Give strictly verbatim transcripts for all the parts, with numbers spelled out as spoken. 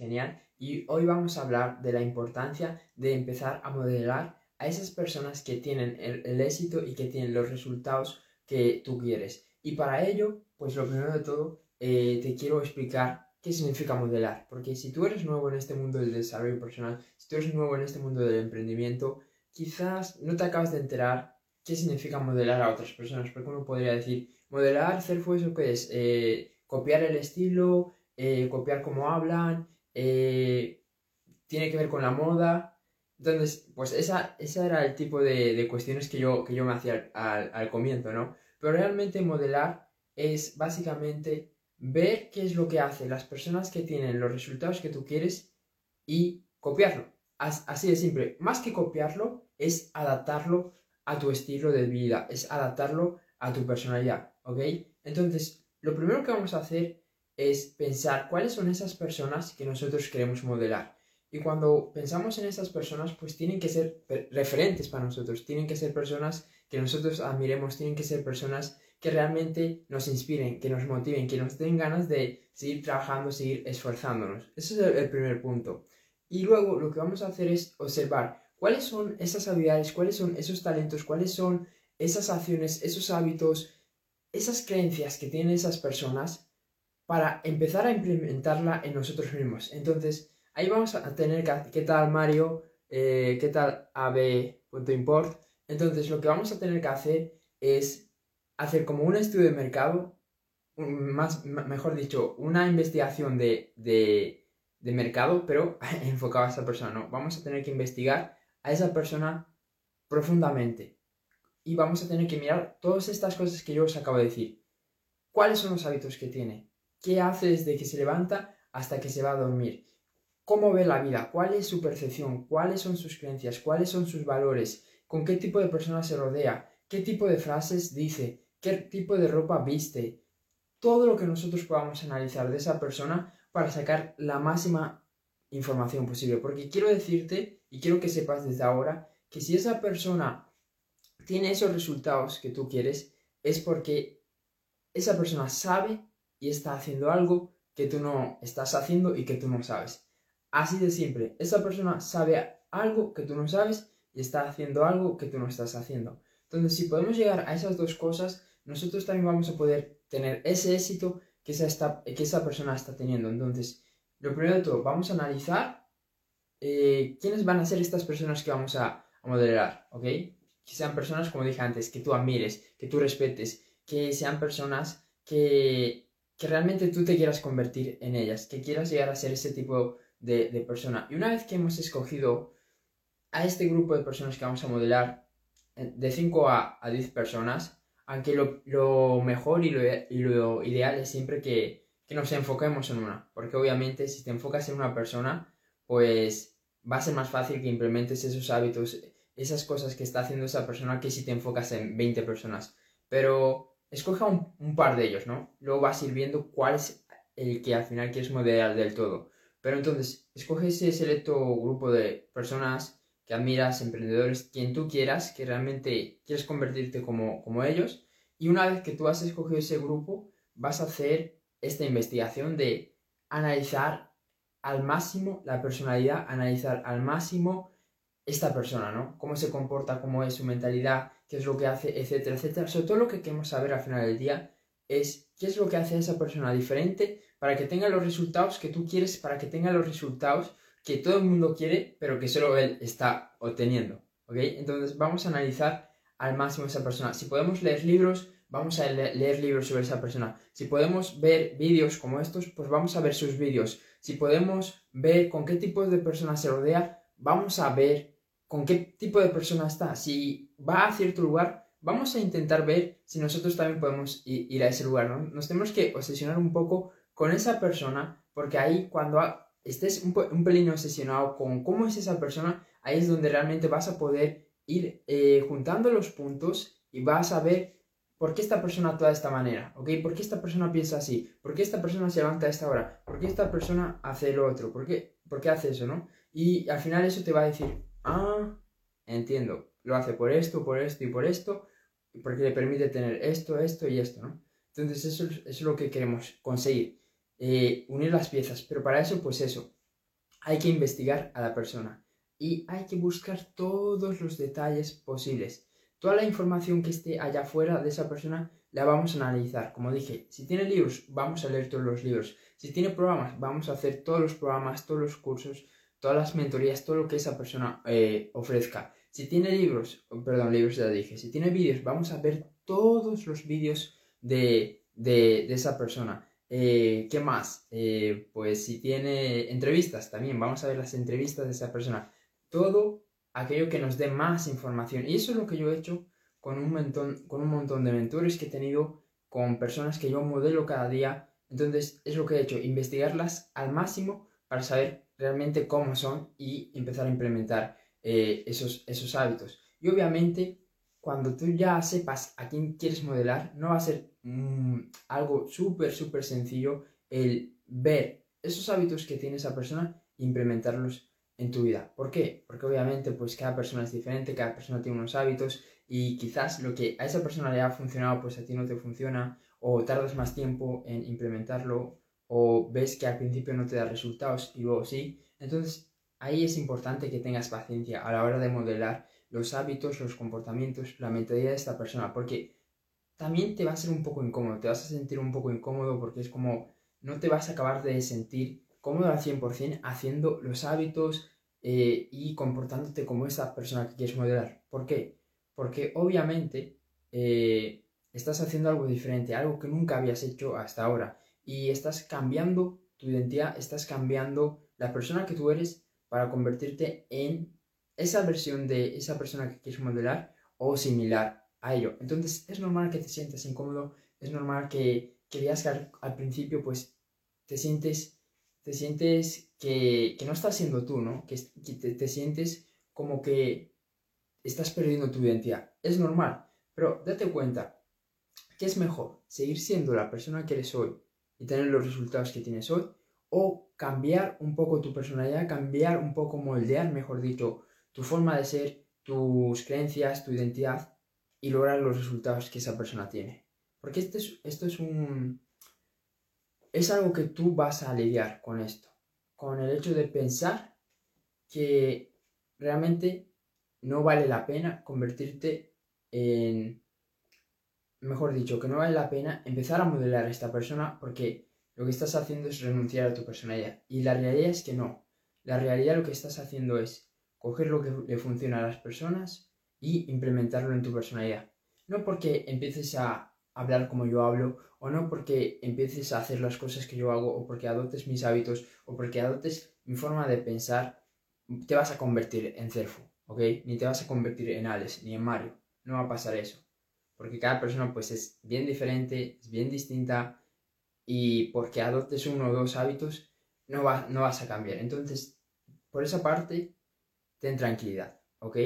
genial y hoy vamos a hablar de la importancia de empezar a modelar a esas personas que tienen el, el éxito y que tienen los resultados que tú quieres. Y para ello, pues lo primero de todo, eh, te quiero explicar qué significa modelar, porque si tú eres nuevo en este mundo del desarrollo personal, si tú eres nuevo en este mundo del emprendimiento, quizás no te acabas de enterar qué significa modelar a otras personas, porque uno podría decir, modelar, hacer fue eso que es, eh, copiar el estilo, eh, copiar cómo hablan, eh, tiene que ver con la moda. Entonces, pues esa, esa era el tipo de, de cuestiones que yo, que yo me hacía al, al comienzo, ¿no? Pero realmente modelar es básicamente ver qué es lo que hacen las personas que tienen los resultados que tú quieres y copiarlo. As, así de simple. Más que copiarlo, es adaptarlo a tu estilo de vida, es adaptarlo a tu personalidad, ¿ok? Entonces, lo primero que vamos a hacer es pensar cuáles son esas personas que nosotros queremos modelar. Y cuando pensamos en esas personas, pues tienen que ser referentes para nosotros, tienen que ser personas que nosotros admiremos, tienen que ser personas que realmente nos inspiren, que nos motiven, que nos den ganas de seguir trabajando, seguir esforzándonos. Ese es el, el primer punto. Y luego lo que vamos a hacer es observar cuáles son esas habilidades, cuáles son esos talentos, cuáles son esas acciones, esos hábitos, esas creencias que tienen esas personas para empezar a implementarla en nosotros mismos. Entonces, ahí vamos a tener que, ¿qué tal Mario? Eh, ¿Qué tal ab.import? Entonces, lo que vamos a tener que hacer es hacer como un estudio de mercado, más, mejor dicho, una investigación de, de, de mercado, pero enfocado a esa persona, ¿no? Vamos a tener que investigar a esa persona profundamente y vamos a tener que mirar todas estas cosas que yo os acabo de decir. ¿Cuáles son los hábitos que tiene? ¿Qué hace desde que se levanta hasta que se va a dormir? ¿Cómo ve la vida? ¿Cuál es su percepción? ¿Cuáles son sus creencias? ¿Cuáles son sus valores? ¿Con qué tipo de personas se rodea? ¿Qué tipo de frases dice? ¿Qué tipo de ropa viste? Todo lo que nosotros podamos analizar de esa persona para sacar la máxima información posible. Porque quiero decirte, y quiero que sepas desde ahora, que si esa persona tiene esos resultados que tú quieres, es porque esa persona sabe y está haciendo algo que tú no estás haciendo y que tú no sabes. Así de simple, esa persona sabe algo que tú no sabes y está haciendo algo que tú no estás haciendo. Entonces, si podemos llegar a esas dos cosas, nosotros también vamos a poder tener ese éxito que esa, está, que esa persona está teniendo. Entonces, lo primero de todo, vamos a analizar eh, quiénes van a ser estas personas que vamos a, a modelar, ¿ok? Que sean personas, como dije antes, que tú admires, que tú respetes, que sean personas que, que realmente tú te quieras convertir en ellas, que quieras llegar a ser ese tipo de, de persona. Y una vez que hemos escogido a este grupo de personas que vamos a modelar, de cinco a, a diez personas, aunque lo, lo mejor y lo, y lo ideal es siempre que, que nos enfoquemos en una, porque obviamente si te enfocas en una persona, pues va a ser más fácil que implementes esos hábitos, esas cosas que está haciendo esa persona que si te enfocas en veinte personas. Pero escoja un, un par de ellos, ¿no? Luego vas a ir viendo cuál es el que al final quieres modelar del todo. Pero entonces, escoge ese selecto grupo de personas que admiras, emprendedores, quien tú quieras, que realmente quieres convertirte como, como ellos. Y una vez que tú has escogido ese grupo, vas a hacer esta investigación de analizar al máximo la personalidad, analizar al máximo esta persona, ¿no? Cómo se comporta, cómo es su mentalidad, qué es lo que hace, etcétera, etcétera. Sobre todo lo que queremos saber al final del día es qué es lo que hace a esa persona diferente para que tenga los resultados que tú quieres, para que tenga los resultados que todo el mundo quiere, pero que solo él está obteniendo, ¿ok? Entonces vamos a analizar al máximo a esa persona. Si podemos leer libros, vamos a le leer libros sobre esa persona. Si podemos ver vídeos como estos, pues vamos a ver sus vídeos. Si podemos ver con qué tipo de personas se rodea, vamos a ver con qué tipo de persona está. Si va a cierto lugar, vamos a intentar ver si nosotros también podemos ir a ese lugar, ¿no? Nos tenemos que obsesionar un poco con esa persona, porque ahí cuando estés un, un pelín obsesionado con cómo es esa persona, ahí es donde realmente vas a poder ir eh, juntando los puntos y vas a ver por qué esta persona actúa de esta manera, ¿ok? ¿Por qué esta persona piensa así? ¿Por qué esta persona se levanta a esta hora? ¿Por qué esta persona hace lo otro? ¿Por qué, ¿Por qué hace eso, no? Y al final eso te va a decir, ah, entiendo, lo hace por esto, por esto y por esto, porque le permite tener esto, esto y esto, ¿no? Entonces eso, eso es lo que queremos conseguir, eh, unir las piezas, pero para eso, pues eso, hay que investigar a la persona y hay que buscar todos los detalles posibles. Toda la información que esté allá afuera de esa persona la vamos a analizar. Como dije, si tiene libros, vamos a leer todos los libros. Si tiene programas, vamos a hacer todos los programas, todos los cursos, todas las mentorías, todo lo que esa persona eh, ofrezca. Si tiene libros, perdón, libros ya dije, si tiene vídeos, vamos a ver todos los vídeos de, de, de esa persona. Eh, ¿Qué más? Eh, pues si tiene entrevistas también, vamos a ver las entrevistas de esa persona. Todo aquello que nos dé más información. Y eso es lo que yo he hecho con un montón, con un montón de mentores que he tenido, con personas que yo modelo cada día. Entonces es lo que he hecho, investigarlas al máximo para saber realmente cómo son y empezar a implementar eh, esos, esos hábitos. Y obviamente, cuando tú ya sepas a quién quieres modelar, no va a ser mmm, algo súper, súper sencillo el ver esos hábitos que tiene esa persona e implementarlos en tu vida. ¿Por qué? Porque obviamente pues cada persona es diferente, cada persona tiene unos hábitos y quizás lo que a esa persona le ha funcionado pues a ti no te funciona, o tardas más tiempo en implementarlo, o ves que al principio no te da resultados y luego sí. Entonces ahí es importante que tengas paciencia a la hora de modelar los hábitos, los comportamientos, la mentalidad de esta persona, porque también te va a ser un poco incómodo, te vas a sentir un poco incómodo porque es como no te vas a acabar de sentir cómodo al cien por ciento haciendo los hábitos eh, y comportándote como esa persona que quieres modelar. ¿Por qué? Porque obviamente eh, estás haciendo algo diferente, algo que nunca habías hecho hasta ahora y estás cambiando tu identidad, estás cambiando la persona que tú eres para convertirte en esa versión de esa persona que quieres modelar o similar a ello. Entonces es normal que te sientas incómodo, es normal que, que veas que al, al principio pues te sientes, te sientes que, que no estás siendo tú, ¿no? Que, que te, te sientes como que estás perdiendo tu identidad. Es normal, pero date cuenta que es mejor seguir siendo la persona que eres hoy y tener los resultados que tienes hoy, o cambiar un poco tu personalidad, cambiar un poco, moldear, mejor dicho, tu forma de ser, tus creencias, tu identidad y lograr los resultados que esa persona tiene. Porque esto es, esto es un... es algo que tú vas a lidiar con esto, con el hecho de pensar que realmente no vale la pena convertirte en... mejor dicho, que no vale la pena empezar a modelar a esta persona porque lo que estás haciendo es renunciar a tu personalidad. Y la realidad es que no. La realidad lo que estás haciendo es coger lo que le funciona a las personas y implementarlo en tu personalidad. No porque empieces a hablar como yo hablo, o no porque empieces a hacer las cosas que yo hago, o porque adoptes mis hábitos, o porque adoptes mi forma de pensar, te vas a convertir en Cerfu, ¿ok? Ni te vas a convertir en Alex, ni en Mario. No va a pasar eso. Porque cada persona pues es bien diferente, es bien distinta, y porque adoptes uno o dos hábitos no, va, no vas a cambiar. Entonces, por esa parte, ten tranquilidad, ¿ok?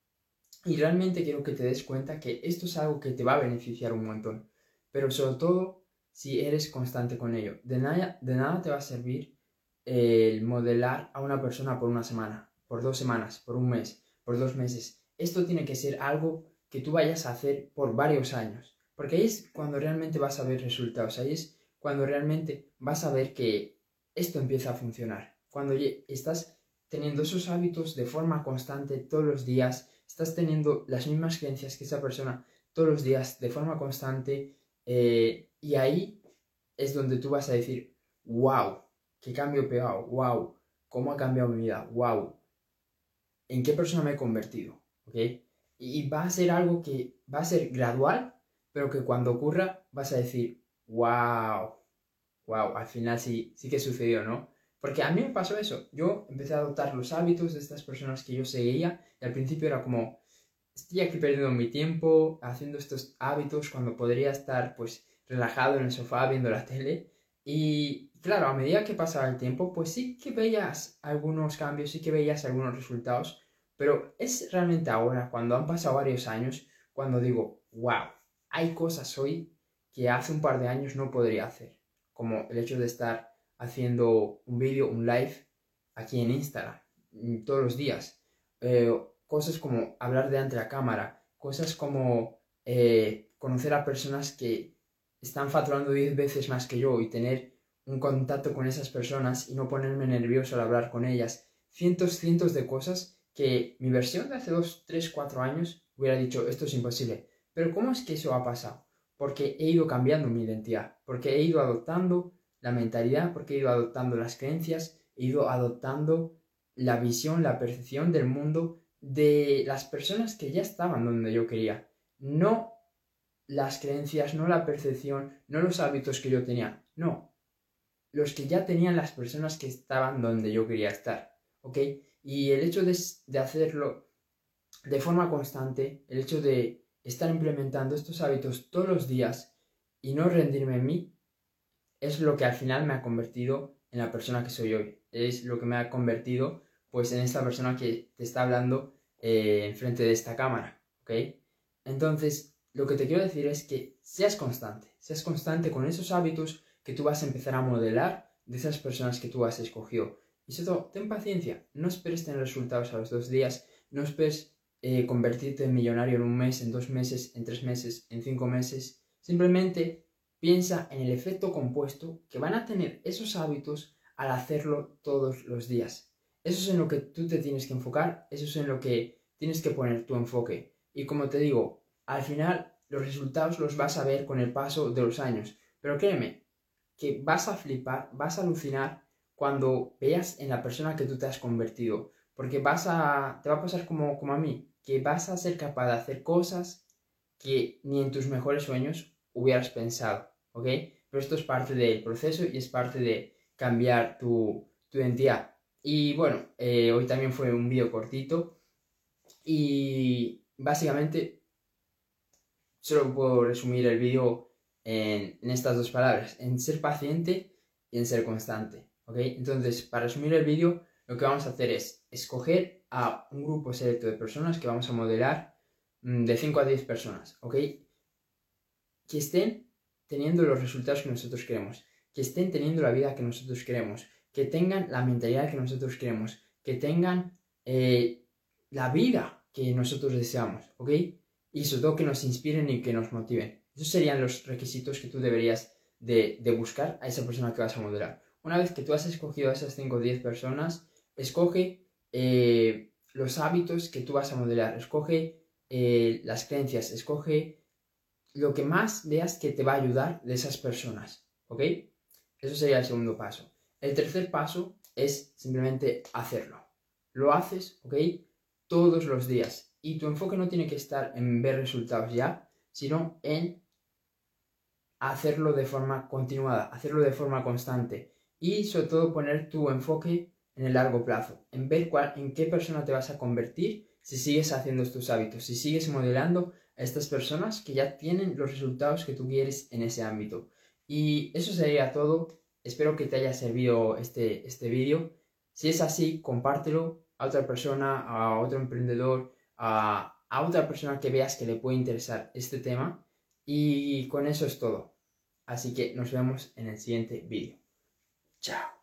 Y realmente quiero que te des cuenta que esto es algo que te va a beneficiar un montón, pero sobre todo si eres constante con ello. De nada, de nada te va a servir el modelar a una persona por una semana, por dos semanas, por un mes, por dos meses. Esto tiene que ser algo que tú vayas a hacer por varios años, porque ahí es cuando realmente vas a ver resultados, ahí es cuando realmente vas a ver que esto empieza a funcionar. Cuando estás teniendo esos hábitos de forma constante todos los días, estás teniendo las mismas creencias que esa persona todos los días de forma constante, eh, y ahí es donde tú vas a decir, wow, qué cambio pegado, wow, cómo ha cambiado mi vida, wow, en qué persona me he convertido, ¿ok? Y va a ser algo que va a ser gradual, pero que cuando ocurra vas a decir, wow, wow, al final sí, sí que sucedió, ¿no? Porque a mí me pasó eso. Yo empecé a adoptar los hábitos de estas personas que yo seguía y al principio era como, estoy aquí perdiendo mi tiempo haciendo estos hábitos cuando podría estar pues relajado en el sofá viendo la tele. Y claro, a medida que pasaba el tiempo, pues sí que veías algunos cambios, sí que veías algunos resultados, pero es realmente ahora, cuando han pasado varios años, cuando digo, wow, hay cosas hoy que hace un par de años no podría hacer, como el hecho de estar haciendo un vídeo, un live aquí en Instagram todos los días. Eh, cosas como hablar delante de la cámara, cosas como eh, conocer a personas que están facturando diez veces más que yo y tener un contacto con esas personas y no ponerme nervioso al hablar con ellas. Cientos, cientos de cosas que mi versión de hace dos, tres, cuatro años hubiera dicho, esto es imposible. Pero ¿cómo es que eso ha pasado? Porque he ido cambiando mi identidad, porque he ido adoptando la mentalidad, porque he ido adoptando las creencias, he ido adoptando la visión, la percepción del mundo de las personas que ya estaban donde yo quería. No las creencias, no la percepción, no los hábitos que yo tenía, no. Los que ya tenían las personas que estaban donde yo quería estar, ¿ok? Y el hecho de, de hacerlo de forma constante, el hecho de estar implementando estos hábitos todos los días y no rendirme en mí, es lo que al final me ha convertido en la persona que soy hoy. Es lo que me ha convertido, pues, en esta persona que te está hablando eh, enfrente de esta cámara, ¿ok? Entonces, lo que te quiero decir es que seas constante, seas constante con esos hábitos que tú vas a empezar a modelar de esas personas que tú has escogido. Y sobre todo, ten paciencia, no esperes tener resultados a los dos días, no esperes eh, convertirte en millonario en un mes, en dos meses, en tres meses, en cinco meses. Simplemente piensa en el efecto compuesto que van a tener esos hábitos al hacerlo todos los días. Eso es en lo que tú te tienes que enfocar, eso es en lo que tienes que poner tu enfoque. Y como te digo, al final los resultados los vas a ver con el paso de los años. Pero créeme, que vas a flipar, vas a alucinar cuando veas en la persona que tú te has convertido. Porque vas a, te va a pasar como, como a mí, que vas a ser capaz de hacer cosas que ni en tus mejores sueños hubieras pensado, ¿ok? Pero esto es parte del proceso y es parte de cambiar tu, tu identidad. Y bueno, eh, hoy también fue un vídeo cortito y básicamente solo puedo resumir el vídeo en, en estas dos palabras, en ser paciente y en ser constante, ¿ok? Entonces, para resumir el vídeo, lo que vamos a hacer es escoger a un grupo selecto de personas que vamos a modelar mmm, de cinco a diez personas, ¿ok? Que estén teniendo los resultados que nosotros queremos, que estén teniendo la vida que nosotros queremos, que tengan la mentalidad que nosotros queremos, que tengan eh, la vida que nosotros deseamos, ¿ok? Y sobre todo que nos inspiren y que nos motiven. Esos serían los requisitos que tú deberías de, de buscar a esa persona que vas a modelar. Una vez que tú has escogido a esas cinco o diez personas, escoge eh, los hábitos que tú vas a modelar, escoge eh, las creencias, escoge lo que más veas que te va a ayudar de esas personas, ¿ok? Eso sería el segundo paso. El tercer paso es simplemente hacerlo. Lo haces, ¿ok? Todos los días. Y tu enfoque no tiene que estar en ver resultados ya, sino en hacerlo de forma continuada, hacerlo de forma constante. Y sobre todo poner tu enfoque en el largo plazo, en ver cuál, en qué persona te vas a convertir si sigues haciendo estos hábitos, si sigues modelando a estas personas que ya tienen los resultados que tú quieres en ese ámbito. Y eso sería todo. Espero que te haya servido este, este vídeo. Si es así, compártelo a otra persona, a otro emprendedor, a, a otra persona que veas que le puede interesar este tema. Y con eso es todo. Así que nos vemos en el siguiente vídeo. Chao.